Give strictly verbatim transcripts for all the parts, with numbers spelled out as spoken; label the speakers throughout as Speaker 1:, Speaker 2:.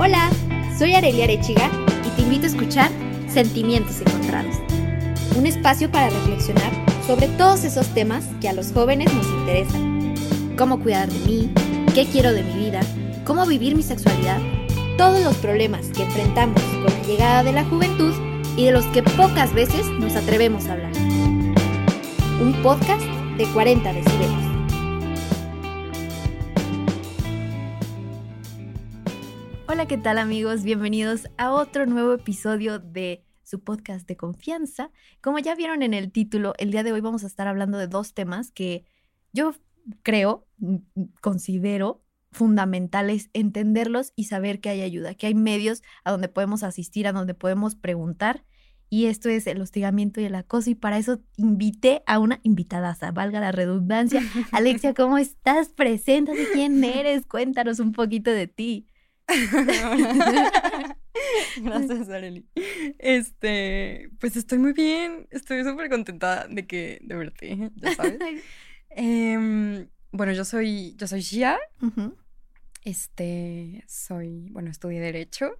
Speaker 1: Hola, soy Arelia Arechiga y te invito a escuchar Sentimientos Encontrados, un espacio para reflexionar sobre todos esos temas que a los jóvenes nos interesan. Cómo cuidar de mí, qué quiero de mi vida, cómo vivir mi sexualidad, todos los problemas que enfrentamos con la llegada de la juventud y de los que pocas veces nos atrevemos a hablar. Un podcast de cuarenta decibeles. Hola, ¿qué tal amigos? Bienvenidos a otro nuevo episodio de su podcast de confianza. Como ya vieron en el título, el día de hoy vamos a estar hablando de dos temas que yo creo, considero fundamentales entenderlos y saber que hay ayuda, que hay medios a donde podemos asistir, a donde podemos preguntar. Y esto es el hostigamiento y el acoso, y para eso invité a una invitadaza, valga la redundancia. Alexia, ¿cómo estás? Preséntate, ¿quién eres? Cuéntanos un poquito de ti.
Speaker 2: Gracias, Arely. Este, pues estoy muy bien, estoy súper contenta de que, de verte, ya sabes. eh, bueno, yo soy, yo soy Gia.
Speaker 1: Uh-huh.
Speaker 2: Este, soy, bueno, estudié Derecho.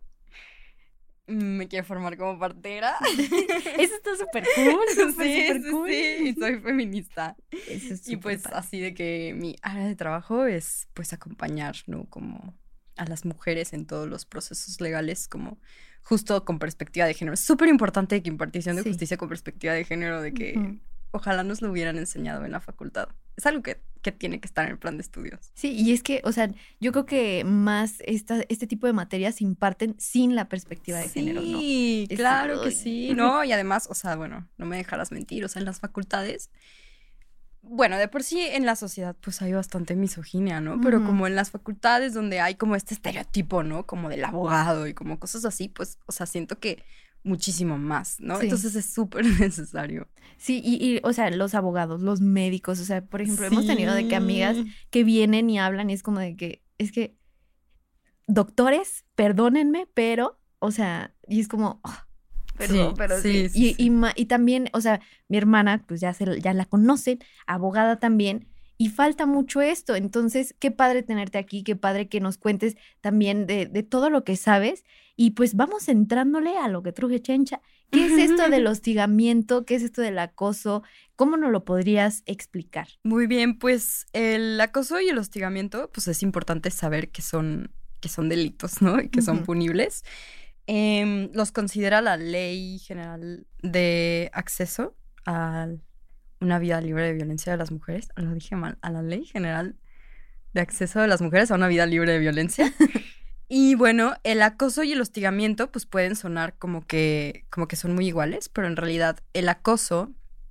Speaker 2: Me quiero formar como partera.
Speaker 1: Eso está súper cool, súper,
Speaker 2: sí,
Speaker 1: súper
Speaker 2: sí,
Speaker 1: cool.
Speaker 2: sí, y soy feminista.
Speaker 1: Eso es
Speaker 2: Y pues
Speaker 1: padre.
Speaker 2: así de que mi área de trabajo es pues acompañar, ¿no? Como a las mujeres en todos los procesos legales, como justo con perspectiva de género. Es súper importante que impartición de
Speaker 1: Sí.
Speaker 2: justicia con perspectiva de género, de que
Speaker 1: Uh-huh.
Speaker 2: ojalá nos lo hubieran enseñado en la facultad. Es algo que, que tiene que estar en el plan de estudios.
Speaker 1: Sí, y es que, o sea, yo creo que más esta, este tipo de materias se imparten sin la perspectiva de género, ¿no?
Speaker 2: Sí,
Speaker 1: Es-
Speaker 2: claro que
Speaker 1: ay.
Speaker 2: sí, ¿no? Y además, o sea, bueno, no me dejarás mentir, o sea, en las facultades, bueno, de por sí en la sociedad pues hay bastante misoginia, ¿no? Pero
Speaker 1: Ujú.
Speaker 2: como en las facultades donde hay como este estereotipo, ¿no? Como del abogado y como cosas así, pues, o sea, siento que muchísimo más, ¿no?
Speaker 1: Sí.
Speaker 2: Entonces es súper necesario.
Speaker 1: Sí, y, y, o sea, los abogados, los médicos, o sea, por ejemplo, hemos tenido de que amigas que vienen y hablan y es como de que, es que, doctores, perdónenme, pero, o sea, y es como, oh, perdón,
Speaker 2: Sí,
Speaker 1: pero
Speaker 2: sí,
Speaker 1: sí.
Speaker 2: sí,
Speaker 1: y,
Speaker 2: sí.
Speaker 1: Y, ma- y también, o sea, mi hermana, pues ya, se, ya la conocen, abogada también, y falta mucho esto. Entonces, qué padre tenerte aquí, qué padre que nos cuentes también de, de todo lo que sabes. Y pues vamos entrándole a lo que truje chencha. ¿Qué es esto del hostigamiento? ¿Qué es esto del acoso? ¿Cómo nos lo podrías explicar?
Speaker 2: Muy bien, pues el acoso y el hostigamiento, pues es importante saber que son, que son delitos, ¿no? Y que son
Speaker 1: Ujú.
Speaker 2: punibles. Em, los considera la Ley General de Acceso a una vida libre de violencia de las mujeres. Lo dije mal, a la Ley General de Acceso de las Mujeres a una vida libre de violencia. Y bueno, el acoso y el hostigamiento pues pueden sonar como que, como que son muy iguales, pero en realidad el acoso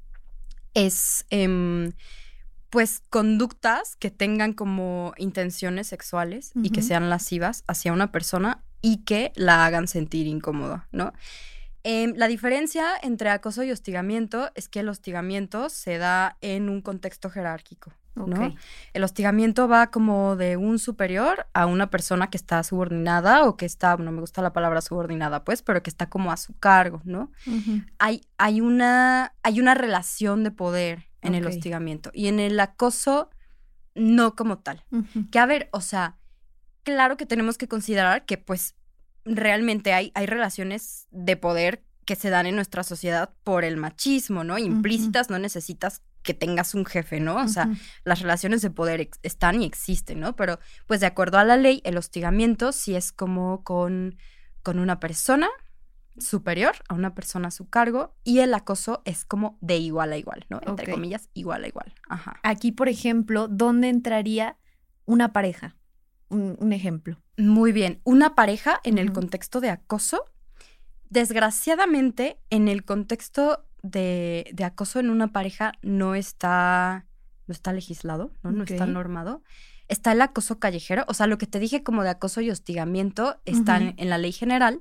Speaker 2: es em, pues conductas que tengan como intenciones sexuales y que
Speaker 1: Ujú.
Speaker 2: sean lascivas hacia una persona y que la hagan sentir incómoda, ¿no? Em, la diferencia entre acoso y hostigamiento es que el hostigamiento se da en un contexto jerárquico, ¿no?
Speaker 1: Ok.
Speaker 2: El hostigamiento va como de un superior a una persona que está subordinada o que está, no me gusta la palabra subordinada, pues, pero que está como a su cargo, ¿no?
Speaker 1: Ujú.
Speaker 2: Hay, hay, una, hay una relación de poder en el
Speaker 1: Ok.
Speaker 2: hostigamiento y en el acoso no como tal.
Speaker 1: Ujú.
Speaker 2: Que a ver, o sea, claro que tenemos que considerar que pues realmente hay, hay relaciones de poder que se dan en nuestra sociedad por el machismo, ¿no? Implícitas, no necesitas que tengas un jefe, ¿no? O sea,
Speaker 1: Ujú.
Speaker 2: las relaciones de poder ex- están y existen, ¿no? Pero pues de acuerdo a la ley, el hostigamiento sí es como con, con una persona superior a una persona a su cargo y el acoso es como de igual a igual, ¿no? Entre
Speaker 1: Ok.
Speaker 2: comillas, igual a igual. Ajá.
Speaker 1: Aquí, por ejemplo, ¿dónde entraría una pareja? Un, un ejemplo.
Speaker 2: Muy bien. Una pareja en el
Speaker 1: Ujú.
Speaker 2: contexto de acoso, desgraciadamente, en el contexto de, de acoso en una pareja no está, no está legislado, ¿no? No está
Speaker 1: Ok.
Speaker 2: normado. Está el acoso callejero, o sea, lo que te dije como de acoso y hostigamiento está
Speaker 1: Ujú.
Speaker 2: en, en la ley general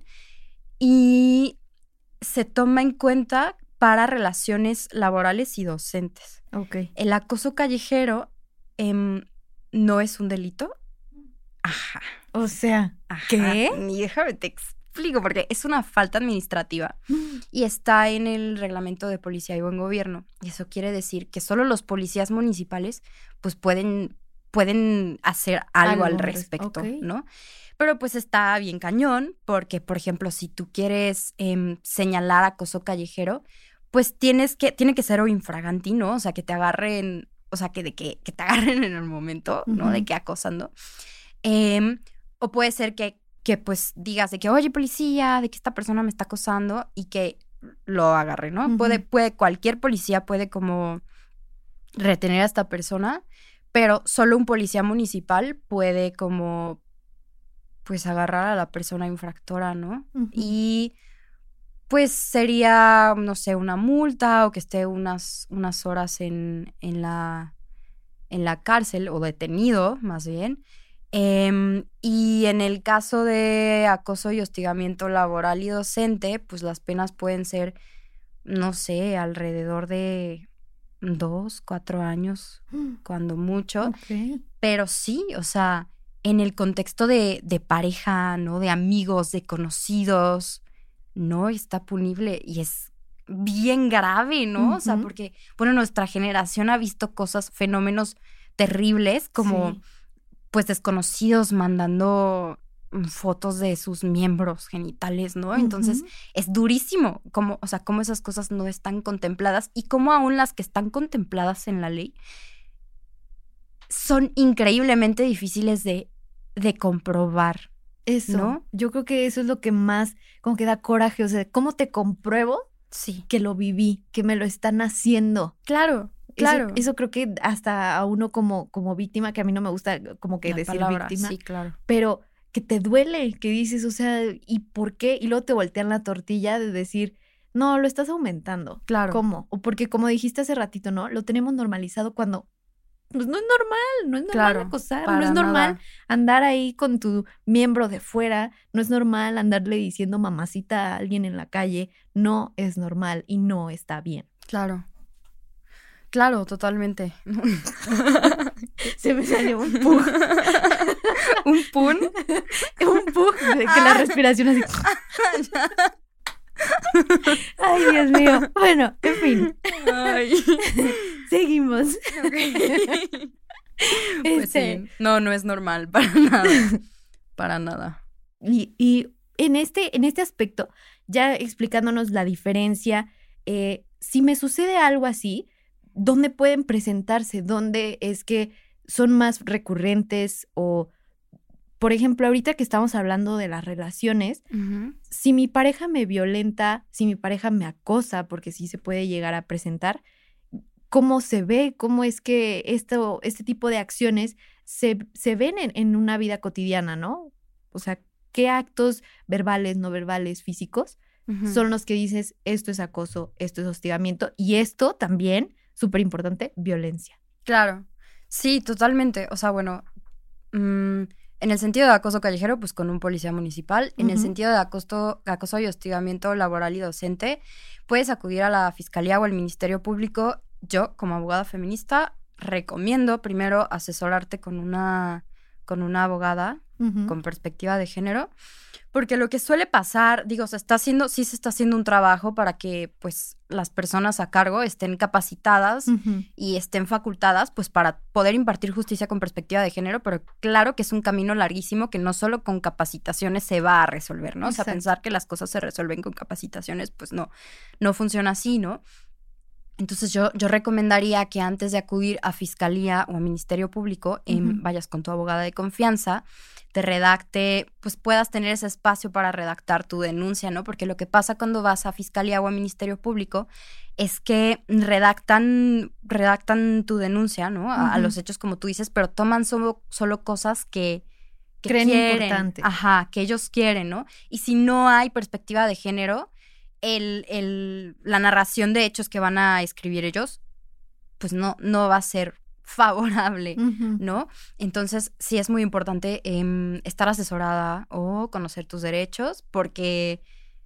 Speaker 2: y se toma en cuenta para relaciones laborales y docentes.
Speaker 1: Ok.
Speaker 2: El acoso callejero em, no es un delito. Ajá.
Speaker 1: O sea,
Speaker 2: Ajá.
Speaker 1: ¿qué?
Speaker 2: Ni déjame te explico, porque es una falta administrativa y está en el reglamento de policía y buen gobierno. Y eso quiere decir que solo los policías municipales pues pueden pueden hacer algo, algo al respecto,
Speaker 1: okay.
Speaker 2: ¿no? Pero pues está bien cañón porque, por ejemplo, si tú quieres eh, señalar acoso callejero, pues tienes que, tiene que ser o infraganti, ¿no? O sea, que te agarren, o sea, que de que, que te agarren en el momento, ¿no? Uh-huh. De que acosando. Eh, o puede ser que, que pues digas de que, oye, policía, de que esta persona me está acosando y que lo agarre, ¿no? Uh-huh. Puede, puede, cualquier policía puede como retener a esta persona, pero solo un policía municipal puede como pues agarrar a la persona infractora, ¿no? Uh-huh. Y pues sería, no sé, una multa o que esté unas, unas horas en, en, la, en la cárcel o detenido, más bien. Eh, y en el caso de acoso y hostigamiento laboral y docente, pues las penas pueden ser, no sé, alrededor de dos, cuatro años, mm. cuando mucho.
Speaker 1: Okay.
Speaker 2: Pero sí, o sea, en el contexto de, de pareja, ¿no? De amigos, de conocidos, no está punible y es bien grave, ¿no? Uh-huh. O sea, porque, bueno, nuestra generación ha visto cosas, fenómenos terribles como, sí. pues, desconocidos mandando fotos de sus miembros genitales, ¿no? Uh-huh. Entonces, es durísimo, como, o sea, cómo esas cosas no están contempladas y cómo aún las que están contempladas en la ley son increíblemente difíciles de, de comprobar.
Speaker 1: Eso,
Speaker 2: ¿no?
Speaker 1: Yo creo que eso es lo que más como que da coraje, o sea, ¿cómo te compruebo
Speaker 2: sí.
Speaker 1: que lo viví, que me lo están haciendo?
Speaker 2: Claro, claro.
Speaker 1: Eso, eso creo que hasta a uno como, como víctima, que a mí no me gusta como que
Speaker 2: la
Speaker 1: decir
Speaker 2: palabra,
Speaker 1: víctima,
Speaker 2: sí, claro.
Speaker 1: pero que te duele, que dices, o sea, ¿y por qué? Y luego te voltean la tortilla de decir, no, lo estás aumentando.
Speaker 2: Claro.
Speaker 1: ¿Cómo? O porque como dijiste hace ratito, ¿no? Lo tenemos normalizado cuando... Pues no es normal, no es normal
Speaker 2: claro,
Speaker 1: acosar, no es normal
Speaker 2: nada.
Speaker 1: andar ahí con tu miembro de fuera, no es normal andarle diciendo mamacita a alguien en la calle, no es normal y no está bien.
Speaker 2: Claro, claro, totalmente.
Speaker 1: Se me salió un pug.
Speaker 2: ¿Un pun?
Speaker 1: Un pug, de que la respiración así... Ay, Dios mío. Bueno, en fin.
Speaker 2: Ay.
Speaker 1: Seguimos.
Speaker 2: Okay. Pues
Speaker 1: este...
Speaker 2: sí. No, no es normal para nada. Para nada.
Speaker 1: Y, y en, este, en este aspecto, ya explicándonos la diferencia, eh, si me sucede algo así, ¿dónde pueden presentarse? ¿Dónde es que son más recurrentes? O, por ejemplo, ahorita que estamos hablando de las relaciones,
Speaker 2: uh-huh.
Speaker 1: si mi pareja me violenta, si mi pareja me acosa, porque sí se puede llegar a presentar, ¿cómo se ve? ¿Cómo es que esto, este tipo de acciones se, se ven en, en una vida cotidiana, ¿no? O sea, ¿qué actos verbales, no verbales, físicos uh-huh. son los que dices, esto es acoso, esto es hostigamiento y esto también, súper importante, violencia?
Speaker 2: Claro, sí, totalmente. O sea, bueno... Mmm... En el sentido de acoso callejero, pues con un policía municipal. En uh-huh. el sentido de acoso, acoso y hostigamiento laboral y docente, puedes acudir a la Fiscalía o al Ministerio Público. Yo, como abogada feminista, recomiendo primero asesorarte con una, con una abogada uh-huh. con perspectiva de género, porque lo que suele pasar, digo, se está haciendo, sí se está haciendo un trabajo para que, pues, las personas a cargo estén capacitadas uh-huh. y estén facultadas, pues, para poder impartir justicia con perspectiva de género, pero claro que es un camino larguísimo que no solo con capacitaciones se va a resolver, ¿no? Exacto. O sea, pensar que las cosas se resuelven con capacitaciones, pues, no, no funciona así, ¿no? Entonces yo, yo recomendaría que antes de acudir a Fiscalía o a Ministerio Público, uh-huh. eh, vayas con tu abogada de confianza, te redacte, pues puedas tener ese espacio para redactar tu denuncia, ¿no? Porque lo que pasa cuando vas a Fiscalía o a Ministerio Público es que redactan, redactan tu denuncia, ¿no? A, uh-huh. a los hechos como tú dices, pero toman solo, solo cosas que, que
Speaker 1: creen
Speaker 2: quieren.
Speaker 1: Importantes.
Speaker 2: Ajá, que ellos quieren, ¿no? Y si no hay perspectiva de género, El, el, la narración de hechos que van a escribir ellos, pues no, no va a ser favorable, uh-huh. ¿no? Entonces, sí es muy importante eh, estar asesorada o conocer tus derechos, porque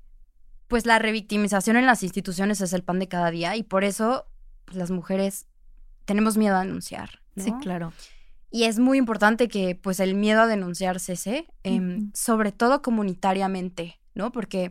Speaker 2: pues la revictimización en las instituciones es el pan de cada día y por eso pues, las mujeres tenemos miedo a denunciar, ¿no?
Speaker 1: Sí, claro.
Speaker 2: Y es muy importante que pues el miedo a denunciar cese, eh, uh-huh. sobre todo comunitariamente, ¿no? Porque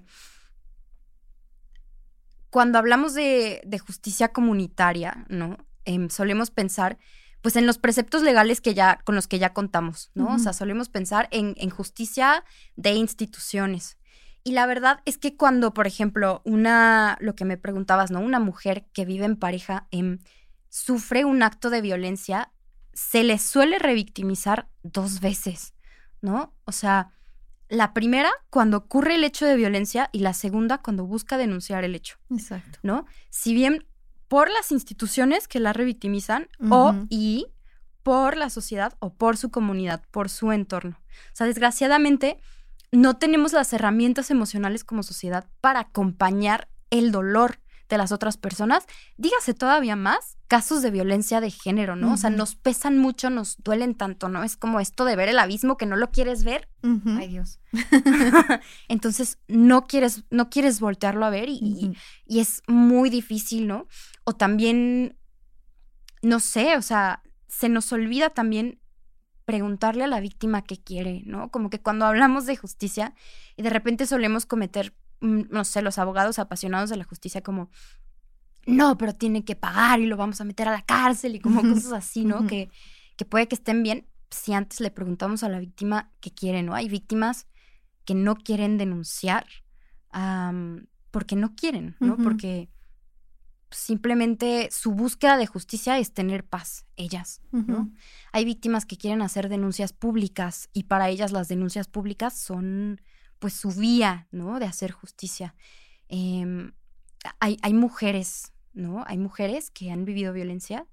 Speaker 2: cuando hablamos de, de justicia comunitaria, ¿no? Eh, solemos pensar pues en los preceptos legales que ya, con los que ya contamos, ¿no?
Speaker 1: Uh-huh.
Speaker 2: O sea, solemos pensar en, en justicia de instituciones. Y la verdad es que cuando, por ejemplo, una, lo que me preguntabas, ¿no? Una mujer que vive en pareja eh, sufre un acto de violencia, se le suele revictimizar dos veces, ¿no? O sea, la primera cuando ocurre el hecho de violencia y la segunda cuando busca denunciar el hecho.
Speaker 1: Exacto.
Speaker 2: ¿No? Si bien por las instituciones que la revictimizan
Speaker 1: uh-huh.
Speaker 2: o y por la sociedad o por su comunidad, por su entorno. O sea, desgraciadamente no tenemos las herramientas emocionales como sociedad para acompañar el dolor de las otras personas. Dígase todavía más casos de violencia de género, ¿no? Uh-huh. O sea, nos pesan mucho, nos duelen tanto, ¿no? Es como esto de ver el abismo que no lo quieres ver.
Speaker 1: Uh-huh.
Speaker 2: Ay, Dios. Entonces, no quieres, no quieres voltearlo a ver y, uh-huh. y, y es muy difícil, ¿no? O también, no sé, o sea, se nos olvida también preguntarle a la víctima qué quiere, ¿no? Como que cuando hablamos de justicia y de repente solemos cometer, no sé, los abogados apasionados de la justicia como, no, pero tiene que pagar y lo vamos a meter a la cárcel y como cosas así, ¿no? Uh-huh. Que, que puede que estén bien si antes le preguntamos a la víctima qué quiere, ¿no? Hay víctimas que no quieren denunciar um, porque no quieren, ¿no? Uh-huh. Porque simplemente su búsqueda de justicia es tener paz, ellas, ¿no? Uh-huh. Hay víctimas que quieren hacer denuncias públicas y para ellas las denuncias públicas son pues su vía, ¿no? De hacer justicia. Eh, hay, hay mujeres, ¿no? Hay mujeres que han vivido violencia,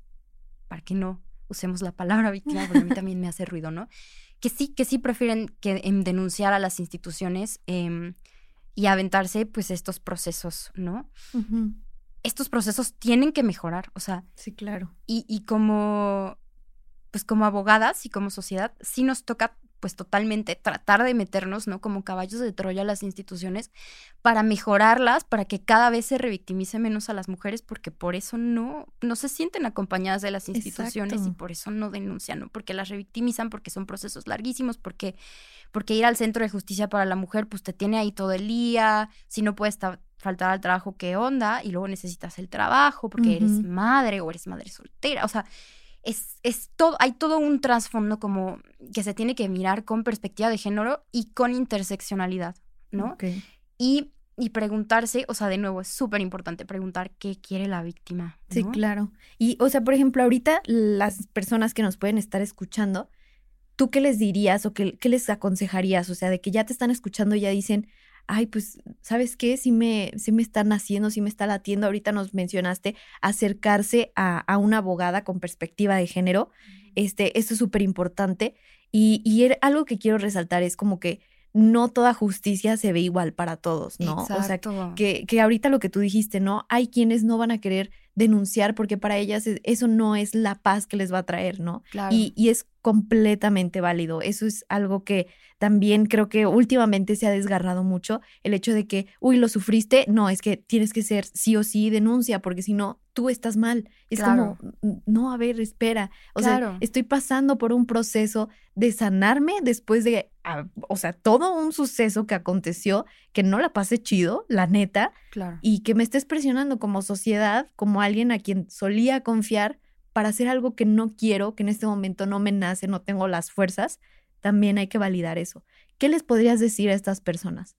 Speaker 2: para que no usemos la palabra víctima, porque a mí también me hace ruido, ¿no? Que sí, que sí prefieren que, eh, denunciar a las instituciones eh, y aventarse, pues, estos procesos, ¿no?
Speaker 1: Uh-huh.
Speaker 2: Estos procesos tienen que mejorar, o sea.
Speaker 1: Sí, claro.
Speaker 2: Y, y como, pues, como abogadas y como sociedad, sí nos toca pues totalmente tratar de meternos, ¿no? Como caballos de Troya a las instituciones para mejorarlas, para que cada vez se revictimice menos a las mujeres, porque por eso no, no se sienten acompañadas de las instituciones. Exacto. Y por eso no denuncian, ¿no? Porque las revictimizan, porque son procesos larguísimos, porque, porque ir al centro de justicia para la mujer, pues te tiene ahí todo el día, si no puedes ta- faltar al trabajo, ¿qué onda? Y luego necesitas el trabajo porque uh-huh. eres madre o eres madre soltera, o sea, Es, es todo, hay todo un trasfondo como que se tiene que mirar con perspectiva de género y con interseccionalidad, ¿no?
Speaker 1: Okay.
Speaker 2: Y, y preguntarse, o sea, de nuevo, es súper importante preguntar qué quiere la víctima, ¿no?
Speaker 1: Sí, claro. Y, o sea, por ejemplo, ahorita las personas que nos pueden estar escuchando, ¿tú qué les dirías o qué, qué les aconsejarías? O sea, de que ya te están escuchando y ya dicen, ay, pues, ¿sabes qué? Sí me, sí me están haciendo, sí me está latiendo. Ahorita nos mencionaste acercarse a, a una abogada con perspectiva de género. Este, esto es súper importante. Y, y er, algo que quiero resaltar es como que no toda justicia se ve igual para todos, ¿no?
Speaker 2: Exacto.
Speaker 1: O sea, que, que ahorita lo que tú dijiste, ¿no? Hay quienes no van a querer denunciar porque para ellas eso no es la paz que les va a traer, ¿no?
Speaker 2: Claro.
Speaker 1: Y, y es completamente válido. Eso es algo que también creo que últimamente se ha desgarrado mucho, el hecho de que, uy, lo sufriste, no, es que tienes que ser sí o sí denuncia, porque si no, tú estás mal. Es
Speaker 2: claro.
Speaker 1: como, no, a ver, espera. O
Speaker 2: claro.
Speaker 1: sea, estoy pasando por un proceso de sanarme después de, a, o sea, todo un suceso que aconteció, que no la pasé chido, la neta,
Speaker 2: claro.
Speaker 1: y que me estés presionando como sociedad, como alguien a quien solía confiar para hacer algo que no quiero, que en este momento no me nace, no tengo las fuerzas. También hay que validar eso. ¿Qué les podrías decir a estas personas?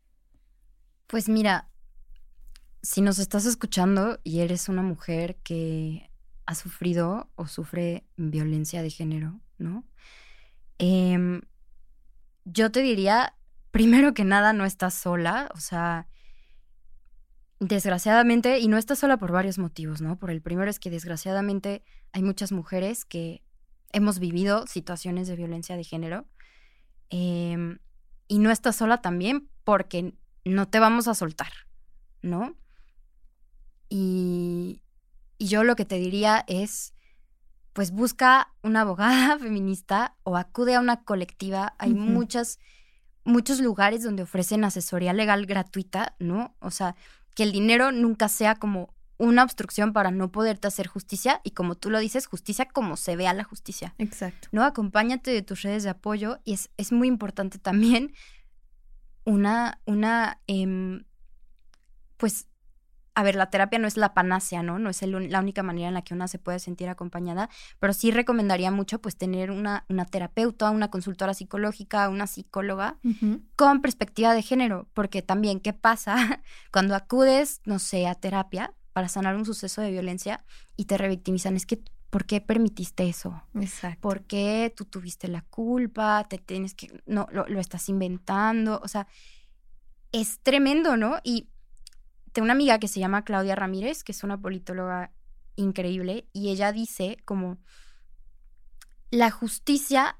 Speaker 2: Pues mira, si nos estás escuchando y eres una mujer que ha sufrido o sufre violencia de género, ¿no? Eh, yo te diría, primero que nada, no estás sola, o sea, desgraciadamente, y no estás sola por varios motivos, ¿no? Por el primero es que desgraciadamente hay muchas mujeres que hemos vivido situaciones de violencia de género. Eh, y no estás sola también porque no te vamos a soltar, ¿no? Y, y yo lo que te diría es, pues busca una abogada feminista o acude a una colectiva. Hay uh-huh. muchas, muchos lugares donde ofrecen asesoría legal gratuita, ¿no? O sea, que el dinero nunca sea como una obstrucción para no poderte hacer justicia y como tú lo dices, justicia como se vea la justicia.
Speaker 1: Exacto.
Speaker 2: ¿No? Acompáñate de tus redes de apoyo y es, es muy importante también una, una eh, pues, a ver, la terapia no es la panacea, ¿no? No es el, la única manera en la que una se puede sentir acompañada, pero sí recomendaría mucho pues tener una, una terapeuta, una consultora psicológica, una psicóloga
Speaker 1: Uh-huh.
Speaker 2: con perspectiva de género, porque también, ¿qué pasa cuando acudes, no sé, a terapia para sanar un suceso de violencia y te revictimizan? Es que, ¿por qué permitiste eso?
Speaker 1: Exacto.
Speaker 2: ¿Por qué tú tuviste la culpa? Te tienes que, no, lo, lo estás inventando, o sea, es tremendo, ¿no? Y tengo una amiga que se llama Claudia Ramírez, que es una politóloga increíble, y ella dice como, la justicia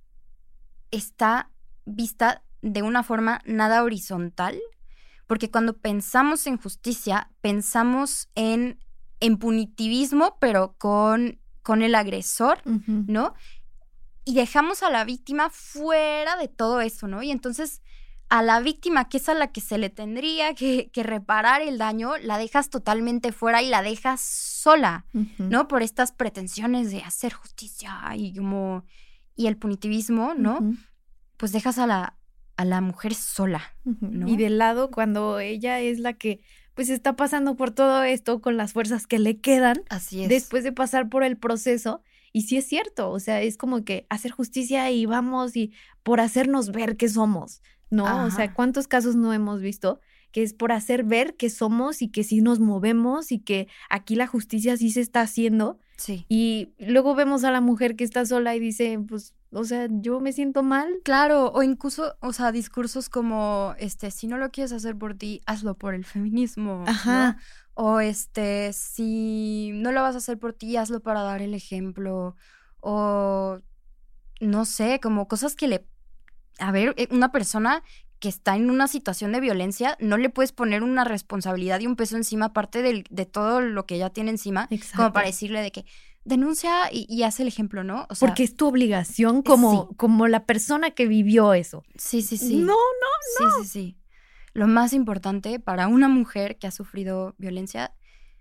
Speaker 2: está vista de una forma nada horizontal, porque cuando pensamos en justicia, pensamos en, en punitivismo, pero con, con el agresor,
Speaker 1: Uh-huh.
Speaker 2: ¿no? Y dejamos a la víctima fuera de todo eso, ¿no? Y entonces a la víctima, que es a la que se le tendría que, que reparar el daño, la dejas totalmente fuera y la dejas sola,
Speaker 1: Uh-huh.
Speaker 2: ¿no? Por estas pretensiones de hacer justicia y como... Y el punitivismo, ¿no?
Speaker 1: Uh-huh.
Speaker 2: Pues dejas a la, a la mujer sola,
Speaker 1: Uh-huh.
Speaker 2: ¿no?
Speaker 1: Y de lado, cuando ella es la que pues está pasando por todo esto con las fuerzas que le quedan
Speaker 2: Así es.
Speaker 1: después de pasar por el proceso. Y sí es cierto, o sea, es como que hacer justicia y vamos y por hacernos ver que somos, ¿no?
Speaker 2: Ajá.
Speaker 1: O sea, ¿cuántos casos no hemos visto que es por hacer ver que somos y que sí nos movemos y que aquí la justicia sí se está haciendo?
Speaker 2: Sí.
Speaker 1: Y luego vemos a la mujer que está sola y dice, pues, o sea, yo me siento mal.
Speaker 2: Claro, o incluso, o sea, discursos como, este, si no lo quieres hacer por ti, hazlo por el feminismo,
Speaker 1: Ajá.
Speaker 2: ¿no? O este, si no lo vas a hacer por ti, hazlo para dar el ejemplo. O, no sé, como cosas que le... A ver, eh, una persona que está en una situación de violencia, no le puedes poner una responsabilidad y un peso encima, aparte del, de todo lo que ella tiene encima,
Speaker 1: Exacto.
Speaker 2: como para decirle de que denuncia y, y haz el ejemplo, ¿no? O sea,
Speaker 1: Porque es tu obligación como,
Speaker 2: sí.
Speaker 1: como la persona que vivió eso.
Speaker 2: Sí, sí, sí.
Speaker 1: No, no.
Speaker 2: Sí, sí, sí. Lo más importante para una mujer que ha sufrido violencia,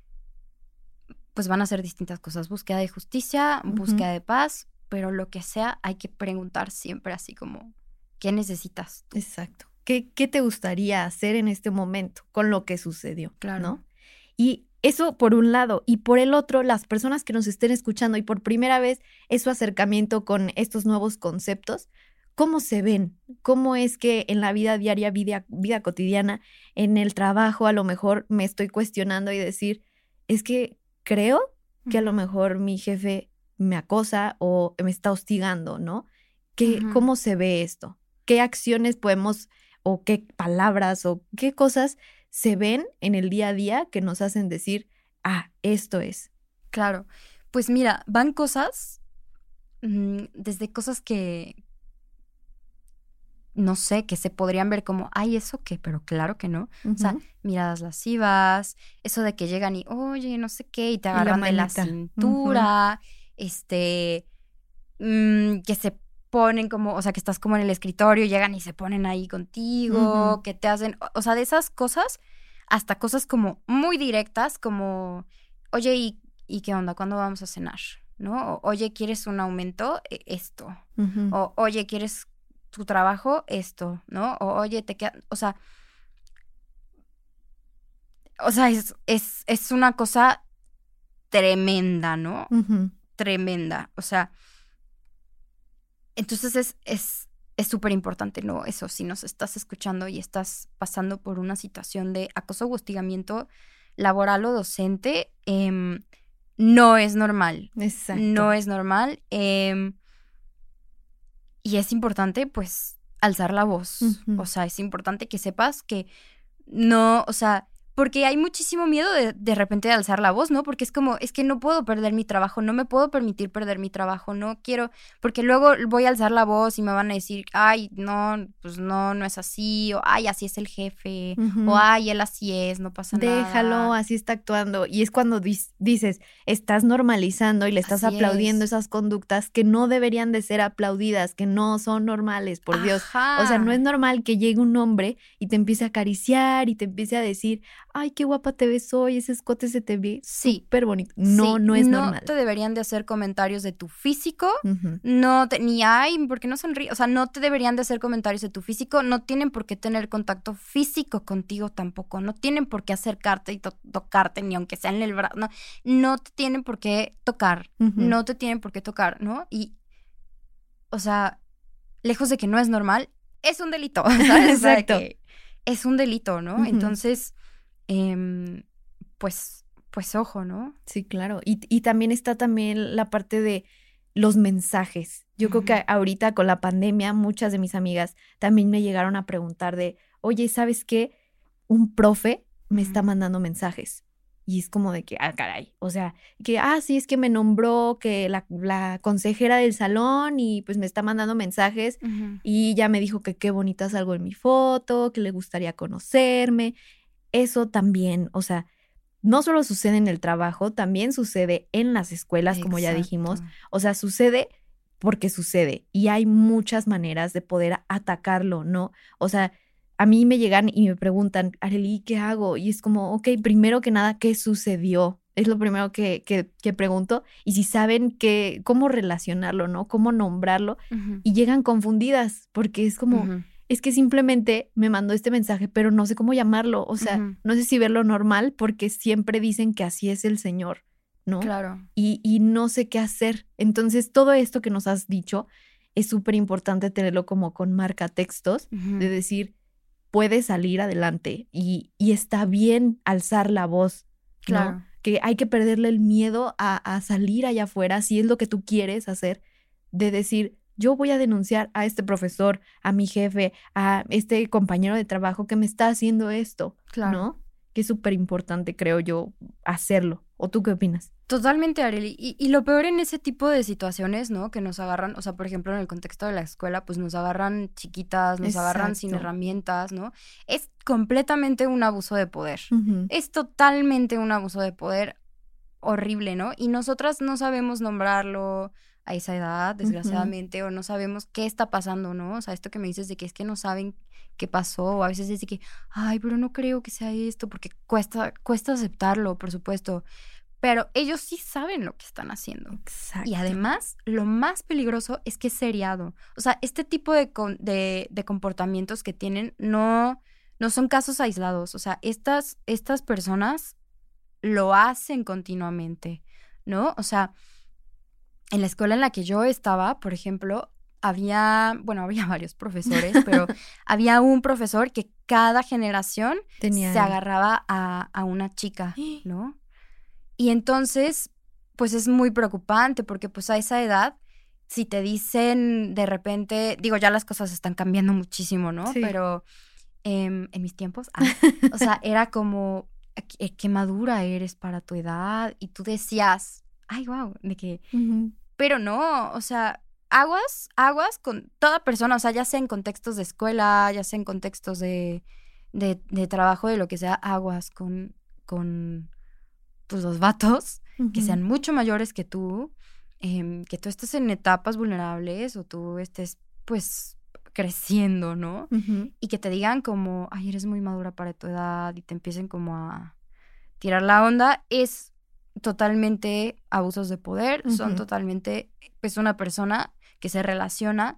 Speaker 2: pues van a ser distintas cosas. Búsqueda de justicia,
Speaker 1: Ujú.
Speaker 2: búsqueda de paz, pero lo que sea, hay que preguntar siempre así como, ¿qué necesitas?
Speaker 1: Exacto. ¿Qué, qué te gustaría hacer en este momento con lo que sucedió?
Speaker 2: Claro.
Speaker 1: ¿No? Y eso por un lado. Y por el otro, las personas que nos estén escuchando y por primera vez es su acercamiento con estos nuevos conceptos, ¿cómo se ven? ¿Cómo es que en la vida diaria, vida, vida cotidiana, en el trabajo, a lo mejor me estoy cuestionando y decir, es que creo que a lo mejor mi jefe me acosa o me está hostigando, ¿no? ¿Qué,
Speaker 2: Ujú.
Speaker 1: ¿Cómo se ve esto? ¿Qué acciones podemos o qué palabras o qué cosas se ven en el día a día que nos hacen decir, ah, esto es?
Speaker 2: Claro. Pues mira, van cosas, mm, desde cosas que, no sé, que se podrían ver como, ay, ¿eso qué? Pero claro que no. O sea,
Speaker 1: Ujú.
Speaker 2: miradas lascivas, eso de que llegan y, oye, no sé qué, y te
Speaker 1: Y la
Speaker 2: agarran de la
Speaker 1: manita.
Speaker 2: cintura, este, mm, que se ponen como, o sea, que estás como en el escritorio, llegan y se ponen ahí contigo,
Speaker 1: Ujú.
Speaker 2: que te hacen, o, o sea, de esas cosas, hasta cosas como muy directas, como, oye, ¿y, y qué onda? ¿Cuándo vamos a cenar? ¿No? O, oye, ¿quieres un aumento? E- Esto.
Speaker 1: Ujú.
Speaker 2: O, oye, ¿quieres tu trabajo? Esto, ¿no? O, oye, te queda, o sea, o sea, es, es, es una cosa tremenda, ¿no?
Speaker 1: Ujú.
Speaker 2: Tremenda. O sea, entonces es, es, es súper importante, ¿no? Eso, si nos estás escuchando y estás pasando por una situación de acoso o hostigamiento laboral o docente, em, no es normal.
Speaker 1: Exacto.
Speaker 2: No es normal. em, y es importante, pues, alzar la voz.
Speaker 1: Ujú.
Speaker 2: O sea, es importante que sepas que no, o sea, porque hay muchísimo miedo de, de repente de alzar la voz, ¿no? Porque es como, es que no puedo perder mi trabajo, no me puedo permitir perder mi trabajo, no quiero, porque luego voy a alzar la voz y me van a decir, ay, no, pues no, no es así, o ay, así es el jefe,
Speaker 1: Ujú.
Speaker 2: o ay, él así es, no pasa
Speaker 1: Déjalo,
Speaker 2: nada.
Speaker 1: así está actuando. Y es cuando dis- dices, estás normalizando y le estás
Speaker 2: Así
Speaker 1: aplaudiendo
Speaker 2: es.
Speaker 1: esas conductas que no deberían de ser aplaudidas, que no son normales, por Dios.
Speaker 2: Ajá.
Speaker 1: O sea, no es normal que llegue un hombre y te empiece a acariciar y te empiece a decir, ay, qué guapa te ves hoy, ese escote se te ve
Speaker 2: Sí.
Speaker 1: súper bonito. No,
Speaker 2: Sí,
Speaker 1: no es
Speaker 2: no
Speaker 1: normal.
Speaker 2: te deberían de hacer comentarios de tu físico,
Speaker 1: Ujú.
Speaker 2: no te, ni ay, ¿por qué no sonríe? O sea, no te deberían de hacer comentarios de tu físico, no tienen por qué tener contacto físico contigo tampoco, no tienen por qué acercarte y to- tocarte, ni aunque sea en el brazo, no, no te tienen por qué tocar,
Speaker 1: Ujú.
Speaker 2: no te tienen por qué tocar, ¿no? Y, o sea, lejos de que no es normal, es un delito, ¿sabes? O sea,
Speaker 1: Exacto.
Speaker 2: que es un delito, ¿no?
Speaker 1: Ujú.
Speaker 2: Entonces, em, pues, pues ojo, ¿no?
Speaker 1: Sí, claro. Y, y también está también la parte de los mensajes. Yo creo que
Speaker 2: Ujú.
Speaker 1: ahorita con la pandemia, muchas de mis amigas también me llegaron a preguntar de, oye, ¿sabes qué? Un profe me está
Speaker 2: Ujú.
Speaker 1: mandando mensajes. Y es como de que, ah, caray. O sea, que, ah, sí, es que me nombró que la, la consejera del salón y pues me está mandando mensajes
Speaker 2: Ujú.
Speaker 1: y ya me dijo que qué bonita salgo en mi foto, que le gustaría conocerme. Eso también, o sea, no solo sucede en el trabajo, también sucede en las escuelas, como ya dijimos.
Speaker 2: Exacto.
Speaker 1: O sea, sucede porque sucede y hay muchas maneras de poder atacarlo, ¿no? O sea, a mí me llegan y me preguntan, Arely, ¿qué hago? Y es como, ok, primero que nada, ¿qué sucedió? Es lo primero que, que, que pregunto. Y si saben que, cómo relacionarlo, ¿no? Cómo nombrarlo.
Speaker 2: Ujú.
Speaker 1: Y llegan confundidas porque es como,
Speaker 2: Ujú.
Speaker 1: es que simplemente me mandó este mensaje, pero no sé cómo llamarlo. O sea,
Speaker 2: Ujú.
Speaker 1: no sé si verlo normal porque siempre dicen que así es el Señor, ¿no?
Speaker 2: Claro.
Speaker 1: Y, y no sé qué hacer. Entonces, todo esto que nos has dicho es súper importante tenerlo como con marca textos,
Speaker 2: Ujú.
Speaker 1: de decir, puede salir adelante y, y está bien alzar la voz, ¿no?
Speaker 2: Claro.
Speaker 1: Que hay que perderle el miedo a, a salir allá afuera, si es lo que tú quieres hacer, de decir, yo voy a denunciar a este profesor, a mi jefe, a este compañero de trabajo que me está haciendo esto,
Speaker 2: Claro.
Speaker 1: ¿no? Que es súper importante, creo yo, hacerlo. ¿O tú qué opinas?
Speaker 2: Totalmente, Arely. Y, y lo peor en ese tipo de situaciones, ¿no? Que nos agarran, o sea, por ejemplo, en el contexto de la escuela, pues nos agarran chiquitas, nos agarran sin
Speaker 1: Exacto.
Speaker 2: herramientas, ¿no? Es completamente un abuso de poder.
Speaker 1: Ujú.
Speaker 2: Es totalmente un abuso de poder horrible, ¿no? Y nosotras no sabemos nombrarlo a esa edad, desgraciadamente, o no sabemos qué está pasando, ¿no? O sea, esto que me dices de que es que no saben qué pasó, o a veces es de que, ay, pero no creo que sea esto, porque cuesta, cuesta aceptarlo, por supuesto. Pero ellos sí saben lo que están haciendo.
Speaker 1: Exacto.
Speaker 2: Y además, lo más peligroso es que es seriado. O sea, este tipo de, con- de, de comportamientos que tienen no, no son casos aislados. O sea, estas, estas personas lo hacen continuamente, ¿no? O sea, en la escuela en la que yo estaba, por ejemplo, había, bueno, había varios profesores, pero había un profesor que cada generación
Speaker 1: Tenía
Speaker 2: se
Speaker 1: el-
Speaker 2: agarraba a, a una chica, ¿no? Y entonces, pues es muy preocupante porque pues a esa edad, si te dicen de repente, digo, ya las cosas están cambiando muchísimo, ¿no?
Speaker 1: Sí.
Speaker 2: Pero em, en mis tiempos, ah, o sea, era como, qué, qué madura eres para tu edad. Y tú decías, ay, wow, de que,
Speaker 1: Ujú.
Speaker 2: pero no, o sea, aguas, aguas con toda persona, o sea, ya sea en contextos de escuela, ya sea en contextos de, de, de trabajo, de lo que sea, aguas con, con pues los vatos que
Speaker 1: Ujú.
Speaker 2: sean mucho mayores que tú, em, que tú estés en etapas vulnerables o tú estés pues creciendo, ¿no?
Speaker 1: Ujú.
Speaker 2: Y que te digan como, ay, eres muy madura para tu edad y te empiecen como a tirar la onda, es totalmente abusos de poder, son
Speaker 1: Ujú.
Speaker 2: totalmente, pues una persona que se relaciona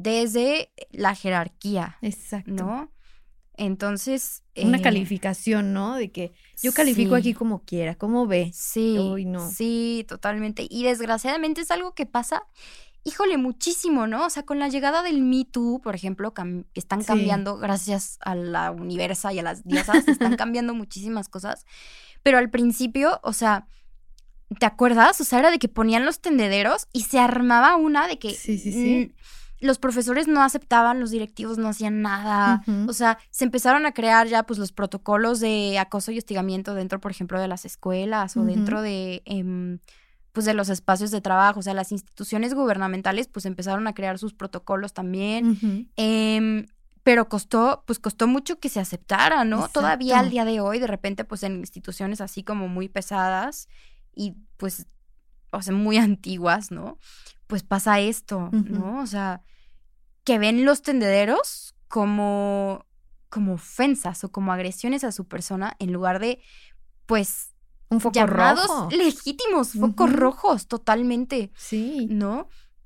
Speaker 2: desde la jerarquía,
Speaker 1: Exacto.
Speaker 2: ¿no? Entonces...
Speaker 1: Una
Speaker 2: eh,
Speaker 1: calificación, ¿no? De que yo califico
Speaker 2: sí.
Speaker 1: aquí como quiera, ¿cómo ve?
Speaker 2: Sí,
Speaker 1: Uy, no.
Speaker 2: sí, totalmente. Y desgraciadamente es algo que pasa, híjole, muchísimo, ¿no? O sea, con la llegada del Me Too, por ejemplo, cam- que están
Speaker 1: Sí.
Speaker 2: cambiando, gracias a la universa y a las diosas, están cambiando muchísimas cosas. Pero al principio, o sea, ¿te acuerdas? O sea, era de que ponían los tendederos y se armaba una de que
Speaker 1: Sí, sí, sí.
Speaker 2: mm, los profesores no aceptaban, los directivos no hacían nada.
Speaker 1: Ujú.
Speaker 2: O sea, se empezaron a crear ya pues los protocolos de acoso y hostigamiento dentro, por ejemplo, de las escuelas o
Speaker 1: Ujú.
Speaker 2: dentro de em, pues de los espacios de trabajo. O sea, las instituciones gubernamentales pues empezaron a crear sus protocolos también.
Speaker 1: Ujú.
Speaker 2: Em, pero costó, pues costó mucho que se aceptara, ¿no?
Speaker 1: Exacto.
Speaker 2: Todavía al día de hoy, de repente, pues en instituciones así como muy pesadas y pues, o sea, muy antiguas, ¿no? Pues pasa esto,
Speaker 1: Ujú.
Speaker 2: ¿no? O sea, que ven los tendederos como como ofensas o como agresiones a su persona en lugar de, pues,
Speaker 1: un foco
Speaker 2: llamados
Speaker 1: rojo.
Speaker 2: legítimos, focos
Speaker 1: Ujú.
Speaker 2: rojos, totalmente,
Speaker 1: Sí.
Speaker 2: ¿no?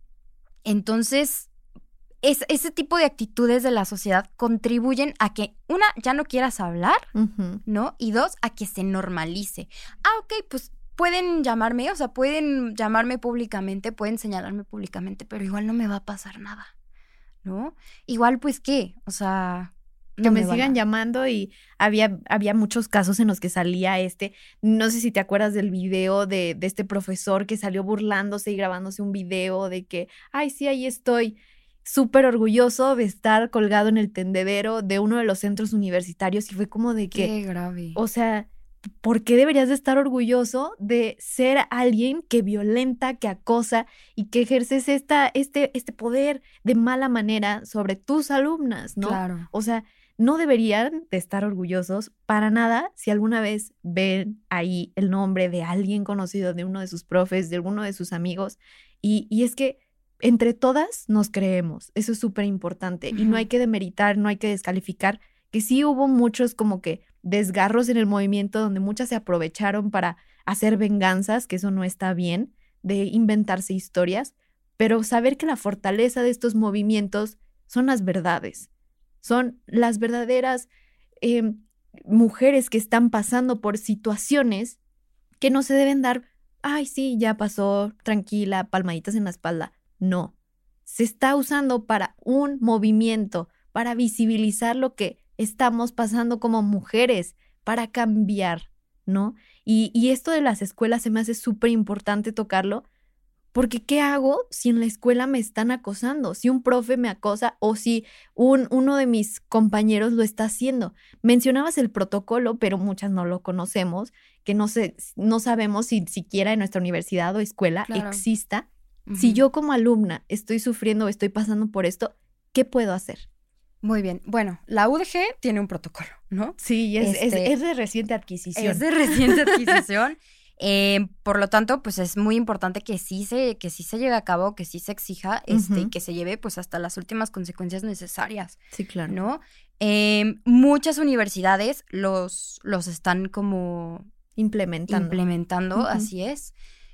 Speaker 2: Entonces, es, ese tipo de actitudes de la sociedad contribuyen a que, una, ya no quieras hablar,
Speaker 1: Ujú.
Speaker 2: ¿no? Y dos, a que se normalice. Ah, ok, pues pueden llamarme, o sea, pueden llamarme públicamente, pueden señalarme públicamente, pero igual no me va a pasar nada, ¿no? Igual, pues, ¿qué? O sea,
Speaker 1: Que
Speaker 2: no
Speaker 1: me,
Speaker 2: me van
Speaker 1: sigan
Speaker 2: a...
Speaker 1: llamando y había, había muchos casos en los que salía este, no sé si te acuerdas del video de, de este profesor que salió burlándose y grabándose un video de que, ay, sí, ahí estoy, súper orgulloso de estar colgado en el tendedero de uno de los centros universitarios y fue como de que,
Speaker 2: Qué grave.
Speaker 1: o sea, ¿por qué deberías de estar orgulloso de ser alguien que violenta, que acosa y que ejerces esta, este, este poder de mala manera sobre tus alumnas, ¿no?
Speaker 2: Claro.
Speaker 1: O sea, no deberían de estar orgullosos para nada si alguna vez ven ahí el nombre de alguien conocido, de uno de sus profes, de alguno de sus amigos. Y, y es que entre todas nos creemos, eso es súper importante. Y no hay
Speaker 2: Ujú.
Speaker 1: que demeritar, no hay que descalificar, que sí hubo muchos como que desgarros en el movimiento donde muchas se aprovecharon para hacer venganzas, que eso no está bien, de inventarse historias, pero saber que la fortaleza de estos movimientos son las verdades, son las verdaderas eh, mujeres que están pasando por situaciones que no se deben dar, ay, sí, ya pasó, tranquila, palmaditas en la espalda. No, se está usando para un movimiento, para visibilizar lo que estamos pasando como mujeres, para cambiar, ¿no? Y, y esto de las escuelas se me hace súper importante tocarlo, porque ¿qué hago si en la escuela me están acosando? Si un profe me acosa o si un, uno de mis compañeros lo está haciendo. Mencionabas el protocolo, pero muchas no lo conocemos, que no, sé, no sabemos si siquiera en nuestra universidad o escuela
Speaker 2: Claro.
Speaker 1: exista.
Speaker 2: Ujú.
Speaker 1: Si yo como alumna estoy sufriendo o estoy pasando por esto, ¿qué puedo hacer?
Speaker 2: Muy bien. Bueno, la U D G tiene un protocolo, ¿no?
Speaker 1: Sí, es,
Speaker 2: Este,
Speaker 1: es, es de reciente adquisición.
Speaker 2: Es de reciente adquisición. Eh, por lo tanto, pues es muy importante que sí se, que sí se lleve a cabo, que sí se exija, este, y
Speaker 1: Ujú.
Speaker 2: que se lleve pues hasta las últimas consecuencias necesarias,
Speaker 1: Sí, claro.
Speaker 2: ¿no? Eh, muchas universidades los, los están como
Speaker 1: Implementando.
Speaker 2: implementando,
Speaker 1: Ujú.
Speaker 2: así es.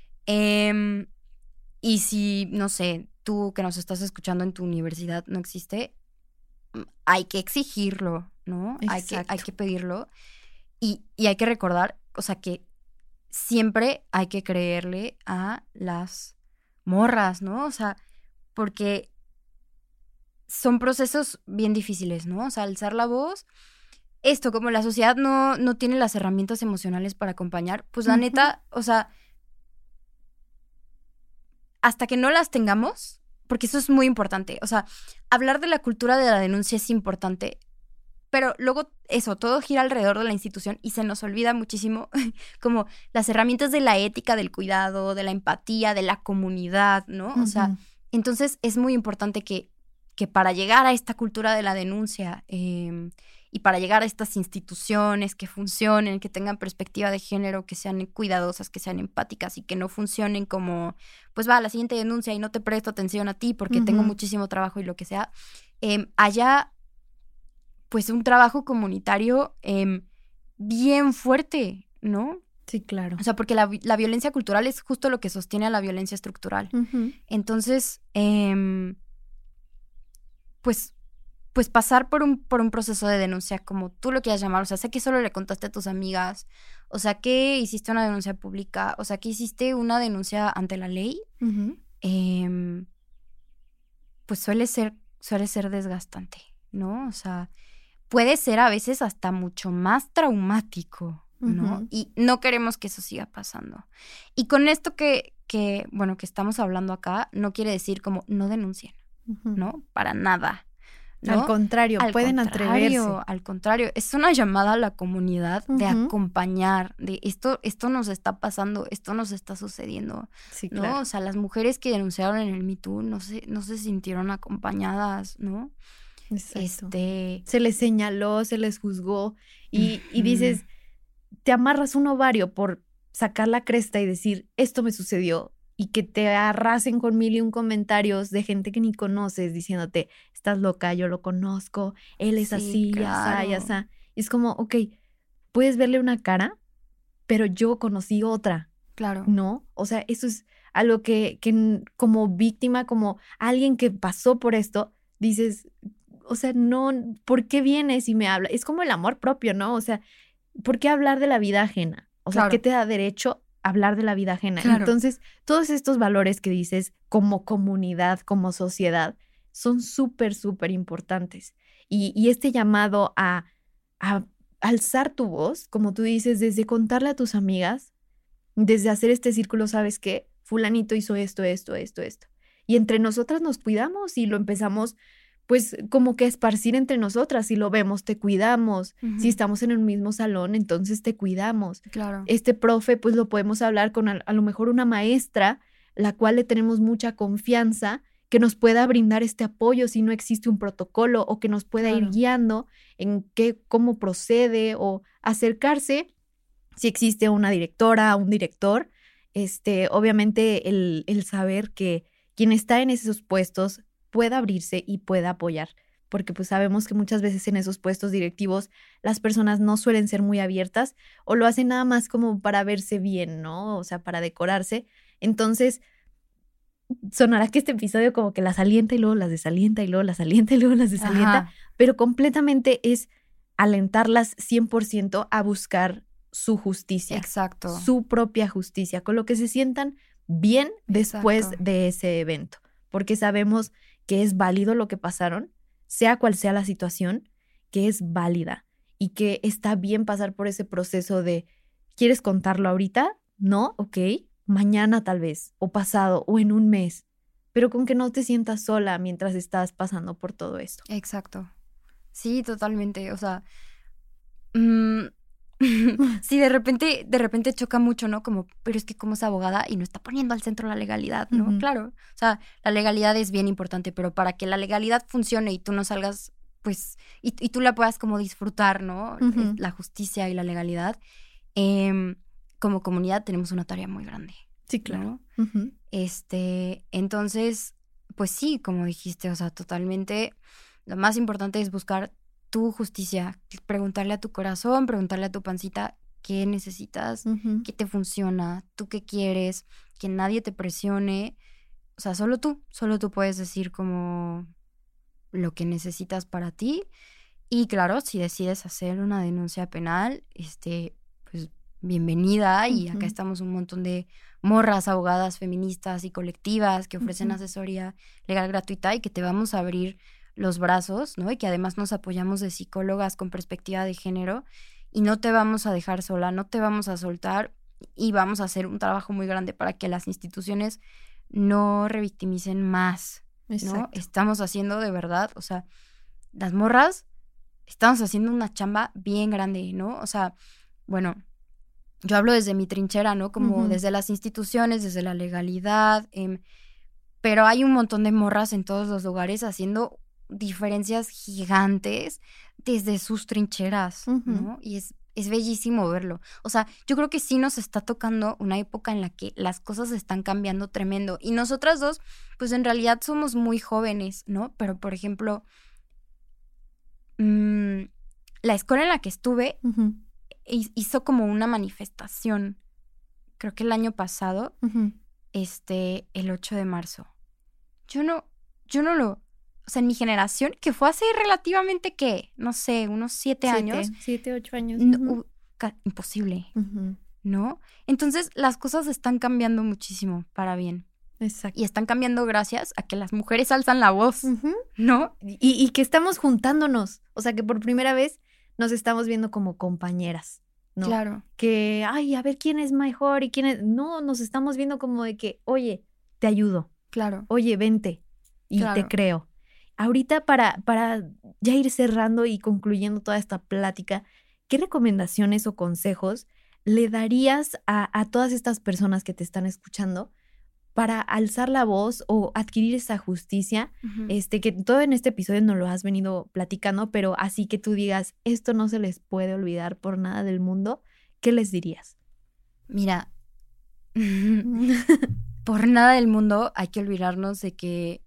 Speaker 2: Em, y si, no sé, tú que nos estás escuchando en tu universidad no existe, mm, hay que exigirlo, ¿no? Hay que, hay
Speaker 1: Exacto.
Speaker 2: que pedirlo. Y, y hay que recordar, o sea, que siempre hay que creerle a las morras, ¿no? O sea, porque son procesos bien difíciles, ¿no? O sea, alzar la voz. Esto, como la sociedad no, no tiene las herramientas emocionales para acompañar, pues la
Speaker 1: Ujú.
Speaker 2: neta, o sea, hasta que no las tengamos, porque eso es muy importante. O sea, hablar de la cultura de la denuncia es importante, pero luego eso, todo gira alrededor de la institución y se nos olvida muchísimo como las herramientas de la ética, del cuidado, de la empatía, de la comunidad, ¿no? O sea,
Speaker 1: Ujú.
Speaker 2: entonces es muy importante que, que para llegar a esta cultura de la denuncia eh, y para llegar a estas instituciones que funcionen, que tengan perspectiva de género, que sean cuidadosas, que sean empáticas y que no funcionen como, pues va, la siguiente denuncia y no te presto atención a ti porque tengo
Speaker 1: Ujú.
Speaker 2: muchísimo trabajo y lo que sea, eh, haya pues un trabajo comunitario eh, bien fuerte, ¿no?
Speaker 1: Sí, claro.
Speaker 2: O sea, porque la, la violencia cultural es justo lo que sostiene a la violencia estructural.
Speaker 1: Ujú.
Speaker 2: Entonces, eh, pues, pues pasar por un, por un proceso de denuncia, como tú lo quieras llamar, o sea, sé que solo le contaste a tus amigas, o sea, que hiciste una denuncia pública, o sea, que hiciste una denuncia ante la ley,
Speaker 1: Ujú.
Speaker 2: eh, pues suele ser, suele ser desgastante, ¿no? O sea, puede ser a veces hasta mucho más traumático, ¿no?
Speaker 1: Ujú.
Speaker 2: Y no queremos que eso siga pasando. Y con esto que, que, bueno, que estamos hablando acá, no quiere decir como no denuncien,
Speaker 1: Ujú.
Speaker 2: ¿no? Para nada, ¿no?
Speaker 1: Al contrario,
Speaker 2: Al
Speaker 1: pueden
Speaker 2: contrario,
Speaker 1: atreverse.
Speaker 2: al contrario, es una llamada a la comunidad de
Speaker 1: Ujú.
Speaker 2: acompañar, de esto, esto nos está pasando, esto nos está sucediendo,
Speaker 1: Sí,
Speaker 2: ¿no?
Speaker 1: claro.
Speaker 2: O sea, las mujeres que denunciaron en el Me Too no se, no se sintieron acompañadas, ¿no?
Speaker 1: Exacto.
Speaker 2: Este,
Speaker 1: Se les señaló, se les juzgó y, y
Speaker 2: ujú,
Speaker 1: dices, te amarras un ovario por sacar la cresta y decir, esto me sucedió. y que te arrasen con mil y un comentarios de gente que ni conoces diciéndote, estás loca, yo lo conozco, él es
Speaker 2: Sí,
Speaker 1: así,
Speaker 2: claro.
Speaker 1: ya está, ya está. Y es como, ok, puedes verle una cara, pero yo conocí otra,
Speaker 2: Claro.
Speaker 1: ¿no? O sea, eso es algo que, que como víctima, como alguien que pasó por esto, dices, o sea, no, ¿por qué vienes y me hablas? Es como el amor propio, ¿no? O sea, ¿por qué hablar de la vida ajena? O sea,
Speaker 2: Claro.
Speaker 1: ¿qué te da derecho a hablar de la vida ajena?
Speaker 2: Claro.
Speaker 1: Entonces, todos estos valores que dices como comunidad, como sociedad, son súper, súper importantes. Y, y este llamado a, a alzar tu voz, como tú dices, desde contarle a tus amigas, desde hacer este círculo, ¿sabes qué? Fulanito hizo esto, esto, esto, esto. Y entre nosotras nos cuidamos y lo empezamos pues como que esparcir entre nosotras. Si lo vemos, te cuidamos.
Speaker 2: Ujú.
Speaker 1: Si estamos en el mismo salón, entonces te cuidamos.
Speaker 2: Claro.
Speaker 1: Este profe, pues lo podemos hablar con a, a lo mejor una maestra, la cual le tenemos mucha confianza, que nos pueda brindar este apoyo si no existe un protocolo o que nos pueda ir
Speaker 2: Claro.
Speaker 1: guiando en qué, cómo procede o acercarse si existe una directora, un director. Este, obviamente el, el saber que quien está en esos puestos pueda abrirse y pueda apoyar, porque pues sabemos que muchas veces en esos puestos directivos las personas no suelen ser muy abiertas o lo hacen nada más como para verse bien, ¿no? O sea, para decorarse. Entonces, sonará que este episodio como que las alienta y luego las desalienta y luego las alienta y luego las desalienta,
Speaker 2: Ajá.
Speaker 1: pero completamente es alentarlas cien por ciento a buscar su justicia,
Speaker 2: Exacto.
Speaker 1: su propia justicia, con lo que se sientan bien después
Speaker 2: Exacto.
Speaker 1: de ese evento, porque sabemos que es válido lo que pasaron, sea cual sea la situación, que es válida y que está bien pasar por ese proceso de, ¿quieres contarlo ahorita? No, ok, mañana tal vez, o pasado, o en un mes, pero con que no te sientas sola mientras estás pasando por todo esto.
Speaker 2: Exacto. Sí, totalmente. O sea, mm, sí, de repente, de repente choca mucho, ¿no? Como, pero es que como es abogada y no está poniendo al centro la legalidad, ¿no?
Speaker 1: Ujú.
Speaker 2: Claro. O sea, la legalidad es bien importante, pero para que la legalidad funcione y tú no salgas, pues, y, y tú la puedas como disfrutar, ¿no?
Speaker 1: Ujú.
Speaker 2: La justicia y la legalidad, em, como comunidad tenemos una tarea muy grande.
Speaker 1: Sí, claro.
Speaker 2: ¿No?
Speaker 1: Ujú.
Speaker 2: Este, entonces, pues sí, como dijiste, o sea, totalmente, lo más importante es buscar tu justicia, preguntarle a tu corazón, preguntarle a tu pancita qué necesitas,
Speaker 1: Ujú.
Speaker 2: qué te funciona, tú qué quieres, que nadie te presione, o sea, solo tú, solo tú puedes decir como lo que necesitas para ti. Y claro, si decides hacer una denuncia penal, este, pues bienvenida. Y acá
Speaker 1: Ujú.
Speaker 2: estamos un montón de morras, abogadas, feministas y colectivas que ofrecen
Speaker 1: Ujú.
Speaker 2: asesoría legal gratuita y que te vamos a abrir los brazos, ¿no? Y que además nos apoyamos de psicólogas con perspectiva de género y no te vamos a dejar sola, no te vamos a soltar y vamos a hacer un trabajo muy grande para que las instituciones no revictimicen más, ¿no?
Speaker 1: Exacto.
Speaker 2: Estamos haciendo de verdad, o sea, las morras estamos haciendo una chamba bien grande, ¿no? O sea, bueno, yo hablo desde mi trinchera, ¿no? Como
Speaker 1: Ujú.
Speaker 2: desde las instituciones, desde la legalidad, em, pero hay un montón de morras en todos los lugares haciendo diferencias gigantes desde sus trincheras,
Speaker 1: Ujú.
Speaker 2: ¿no? Y es, es bellísimo verlo. O sea, yo creo que sí nos está tocando una época en la que las cosas están cambiando tremendo. Y nosotras dos, pues en realidad somos muy jóvenes, ¿no? Pero, por ejemplo, mmm, la escuela en la que estuve
Speaker 1: Ujú.
Speaker 2: hizo como una manifestación, creo que el año pasado,
Speaker 1: Ujú.
Speaker 2: este, el ocho de marzo. Yo no, yo no lo, o sea, en mi generación, que fue hace relativamente, ¿qué? No sé, unos siete,
Speaker 1: Siete,
Speaker 2: años.
Speaker 1: siete, ocho años.
Speaker 2: No,
Speaker 1: Ujú.
Speaker 2: uh, ca- imposible,
Speaker 1: Ujú.
Speaker 2: ¿no? Entonces, las cosas están cambiando muchísimo para bien.
Speaker 1: Exacto.
Speaker 2: Y están cambiando gracias a que las mujeres alzan la voz,
Speaker 1: Ujú.
Speaker 2: ¿no?
Speaker 1: Y, y que estamos juntándonos, o sea, que por primera vez nos estamos viendo como compañeras, ¿no?
Speaker 2: Claro.
Speaker 1: Que, ay, a ver quién es mejor y quién es... No, nos estamos viendo como de que, oye, te ayudo,
Speaker 2: Claro.
Speaker 1: oye, vente y
Speaker 2: Claro.
Speaker 1: te creo. Ahorita para, para ya ir cerrando y concluyendo toda esta plática, ¿qué recomendaciones o consejos le darías a, a todas estas personas que te están escuchando para alzar la voz o adquirir esa justicia?
Speaker 2: Ujú.
Speaker 1: Este, que todo en este episodio nos lo has venido platicando, pero así que tú digas, esto no se les puede olvidar por nada del mundo, ¿qué les dirías?
Speaker 2: Mira, por nada del mundo hay que olvidarnos de que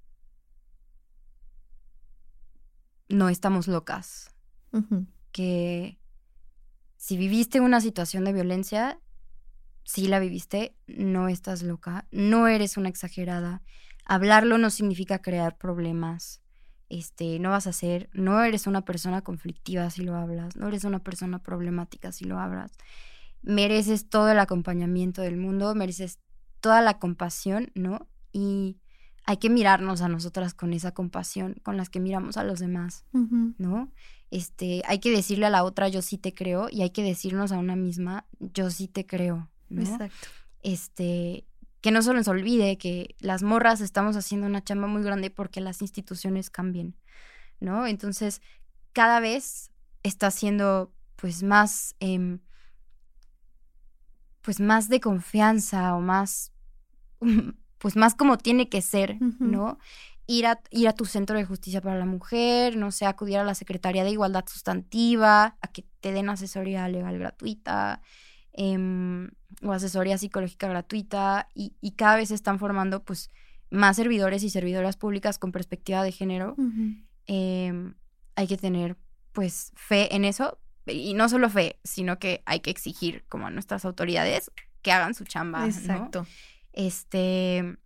Speaker 2: no estamos locas.
Speaker 1: Ujú.
Speaker 2: Que si viviste una situación de violencia, si la viviste, no estás loca, no eres una exagerada. Hablarlo no significa crear problemas. Este, no vas a ser, no eres una persona conflictiva si lo hablas, no eres una persona problemática si lo hablas. Mereces todo el acompañamiento del mundo, mereces toda la compasión, ¿no? Y hay que mirarnos a nosotras con esa compasión con las que miramos a los demás,
Speaker 1: Ujú.
Speaker 2: ¿no? Este, hay que decirle a la otra, yo sí te creo, y hay que decirnos a una misma, yo sí te creo, ¿no?
Speaker 1: Exacto.
Speaker 2: Este, que no se nos olvide que las morras estamos haciendo una chamba muy grande porque las instituciones cambien, ¿no? Entonces, cada vez está siendo, pues, más, eh, pues, más de confianza o más, pues, más como tiene que ser,
Speaker 1: Ujú.
Speaker 2: ¿no? Ir a, ir a tu centro de justicia para la mujer, no sé, acudir a la Secretaría de Igualdad Sustantiva, a que te den asesoría legal gratuita, eh, o asesoría psicológica gratuita, y, y cada vez se están formando, pues, más servidores y servidoras públicas con perspectiva de género.
Speaker 1: Ujú.
Speaker 2: Eh, hay que tener, pues, fe en eso, y no solo fe, sino que hay que exigir como a nuestras autoridades que hagan su chamba,
Speaker 1: Exacto.
Speaker 2: ¿no? Este...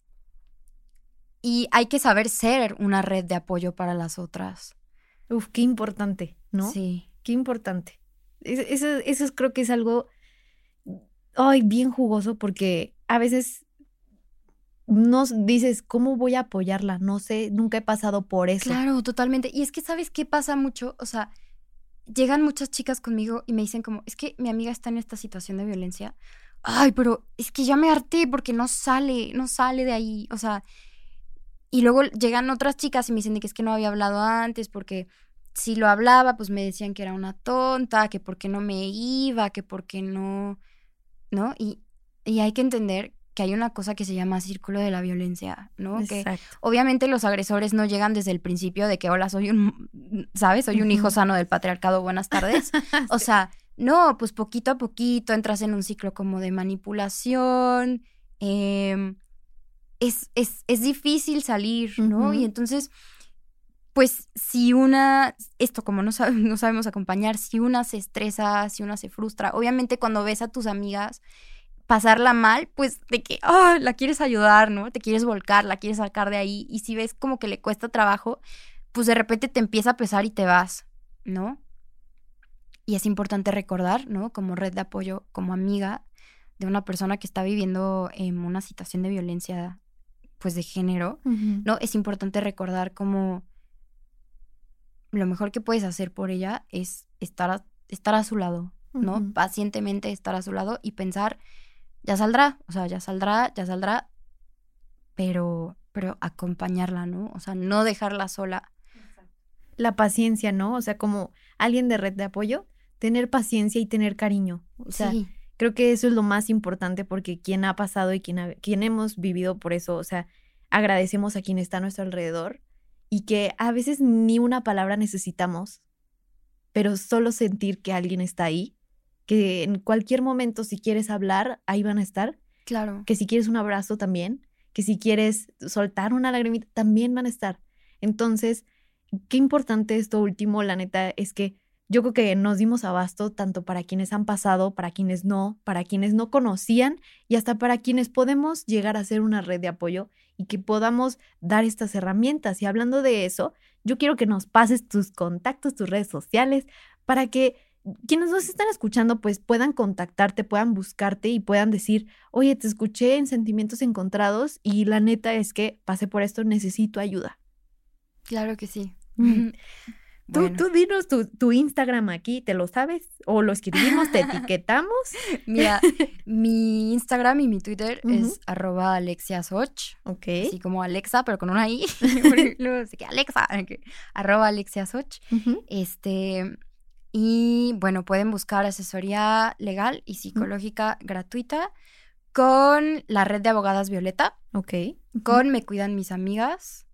Speaker 2: Y hay que saber ser una red de apoyo para las otras.
Speaker 1: Uf, qué importante, ¿no?
Speaker 2: Sí.
Speaker 1: Qué importante. Es- Eso, eso creo que es algo, ay, bien jugoso porque a veces nos dices, ¿cómo voy a apoyarla? No sé, nunca he pasado por eso.
Speaker 2: Claro, totalmente. Y es que, ¿sabes qué pasa mucho? O sea, llegan muchas chicas conmigo y me dicen como, es que mi amiga está en esta situación de violencia. Ay, pero es que ya me harté porque no sale, no sale de ahí. O sea, y luego llegan otras chicas y me dicen de que es que no había hablado antes porque si lo hablaba, pues me decían que era una tonta, que por qué no me iba, que por qué no, ¿no? Y, y hay que entender que hay una cosa que se llama círculo de la violencia, ¿no? Que
Speaker 1: Exacto.
Speaker 2: obviamente los agresores no llegan desde el principio de que, hola, soy un, ¿sabes? Soy un hijo
Speaker 1: Ujú.
Speaker 2: sano del patriarcado, buenas tardes. O
Speaker 1: Sí.
Speaker 2: sea, no, pues poquito a poquito entras en un ciclo como de manipulación, eh, es, es, es difícil salir, ¿no?
Speaker 1: Ujú.
Speaker 2: Y entonces, pues si una, esto como no, sabe, no sabemos acompañar, si una se estresa, si una se frustra, obviamente cuando ves a tus amigas pasarla mal, pues de que, ah, la quieres ayudar, ¿no? Te quieres volcar, la quieres sacar de ahí, y si ves como que le cuesta trabajo, pues de repente te empieza a pesar y te vas, ¿no? Y es importante recordar, ¿no? Como red de apoyo, como amiga de una persona que está viviendo en una situación de violencia, pues de género,
Speaker 1: Ujú.
Speaker 2: ¿no? Es importante recordar cómo lo mejor que puedes hacer por ella es estar a, estar a su lado, ¿no?
Speaker 1: Ujú.
Speaker 2: Pacientemente estar a su lado y pensar, ya saldrá, o sea, ya saldrá, ya saldrá, pero, pero acompañarla, ¿no? O sea, no dejarla sola.
Speaker 1: La paciencia, ¿no? O sea, como alguien de red de apoyo, tener paciencia y tener cariño. O sea,
Speaker 2: Sí,
Speaker 1: creo que eso es lo más importante porque quien ha pasado y quien, ha- quien hemos vivido por eso, o sea, agradecemos a quien está a nuestro alrededor y que a veces ni una palabra necesitamos, pero solo sentir que alguien está ahí, que en cualquier momento si quieres hablar, ahí van a estar,
Speaker 2: claro.
Speaker 1: que si quieres un abrazo también, que si quieres soltar una lagrimita, también van a estar. Entonces, qué importante esto último, la neta, es que yo creo que nos dimos abasto tanto para quienes han pasado, para quienes no, para quienes no conocían y hasta para quienes podemos llegar a ser una red de apoyo y que podamos dar estas herramientas. Y hablando de eso, yo quiero que nos pases tus contactos, tus redes sociales, para que quienes nos están escuchando pues puedan contactarte, puedan buscarte y puedan decir, oye, te escuché en Sentimientos Encontrados y la neta es que pasé por esto, necesito ayuda.
Speaker 2: Claro que sí.
Speaker 1: Mm. Tú,
Speaker 2: Bueno,
Speaker 1: tú dinos tu, tu Instagram aquí, ¿te lo sabes? ¿O lo escribimos, te etiquetamos?
Speaker 2: mira, mi Instagram y mi Twitter
Speaker 1: Ujú.
Speaker 2: es arroba alexiasoch,
Speaker 1: Ok.
Speaker 2: así como Alexa, pero con una I. Porque luego así que Alexa, que arroba alexiasoch.
Speaker 1: Ujú.
Speaker 2: Este, y bueno, pueden buscar asesoría legal y psicológica gratuita con la red de abogadas Violeta,
Speaker 1: Ok. Ujú.
Speaker 2: con Me Cuidan Mis Amigas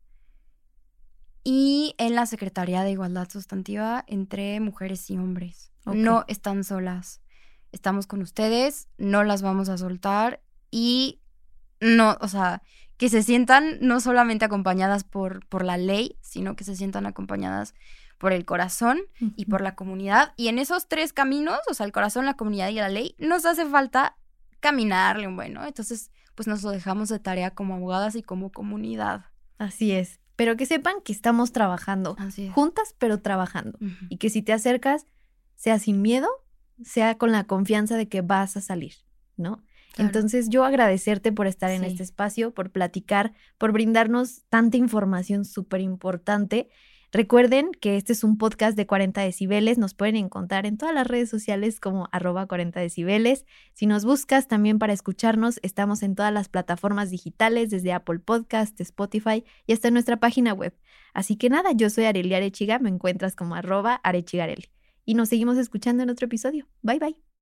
Speaker 2: y en la Secretaría de Igualdad Sustantiva entre mujeres y hombres.
Speaker 1: Ok.
Speaker 2: No están solas. Estamos con ustedes, no las vamos a soltar y no, o sea, que se sientan no solamente acompañadas por, por la ley, sino que se sientan acompañadas por el corazón y por la comunidad. Y en esos tres caminos, o sea, el corazón, la comunidad y la ley, nos hace falta caminarle un buen, ¿no? Entonces, pues nos lo dejamos de tarea como abogadas y como comunidad.
Speaker 1: Así es. Pero que sepan que estamos trabajando
Speaker 2: Así es.
Speaker 1: juntas, pero trabajando.
Speaker 2: Ujú.
Speaker 1: Y que si te acercas, sea sin miedo, sea con la confianza de que vas a salir, ¿no?
Speaker 2: Claro.
Speaker 1: Entonces, yo agradecerte por estar en
Speaker 2: Sí.
Speaker 1: este espacio, por platicar, por brindarnos tanta información súper importante. Recuerden que este es un podcast de cuarenta decibeles. Nos pueden encontrar en todas las redes sociales como arroba cuarenta decibeles. Si nos buscas también para escucharnos, estamos en todas las plataformas digitales, desde Apple Podcast, Spotify y hasta en nuestra página web. Así que nada, yo soy Arely Arechiga, me encuentras como arroba arechigareli. Y nos seguimos escuchando en otro episodio. Bye, bye.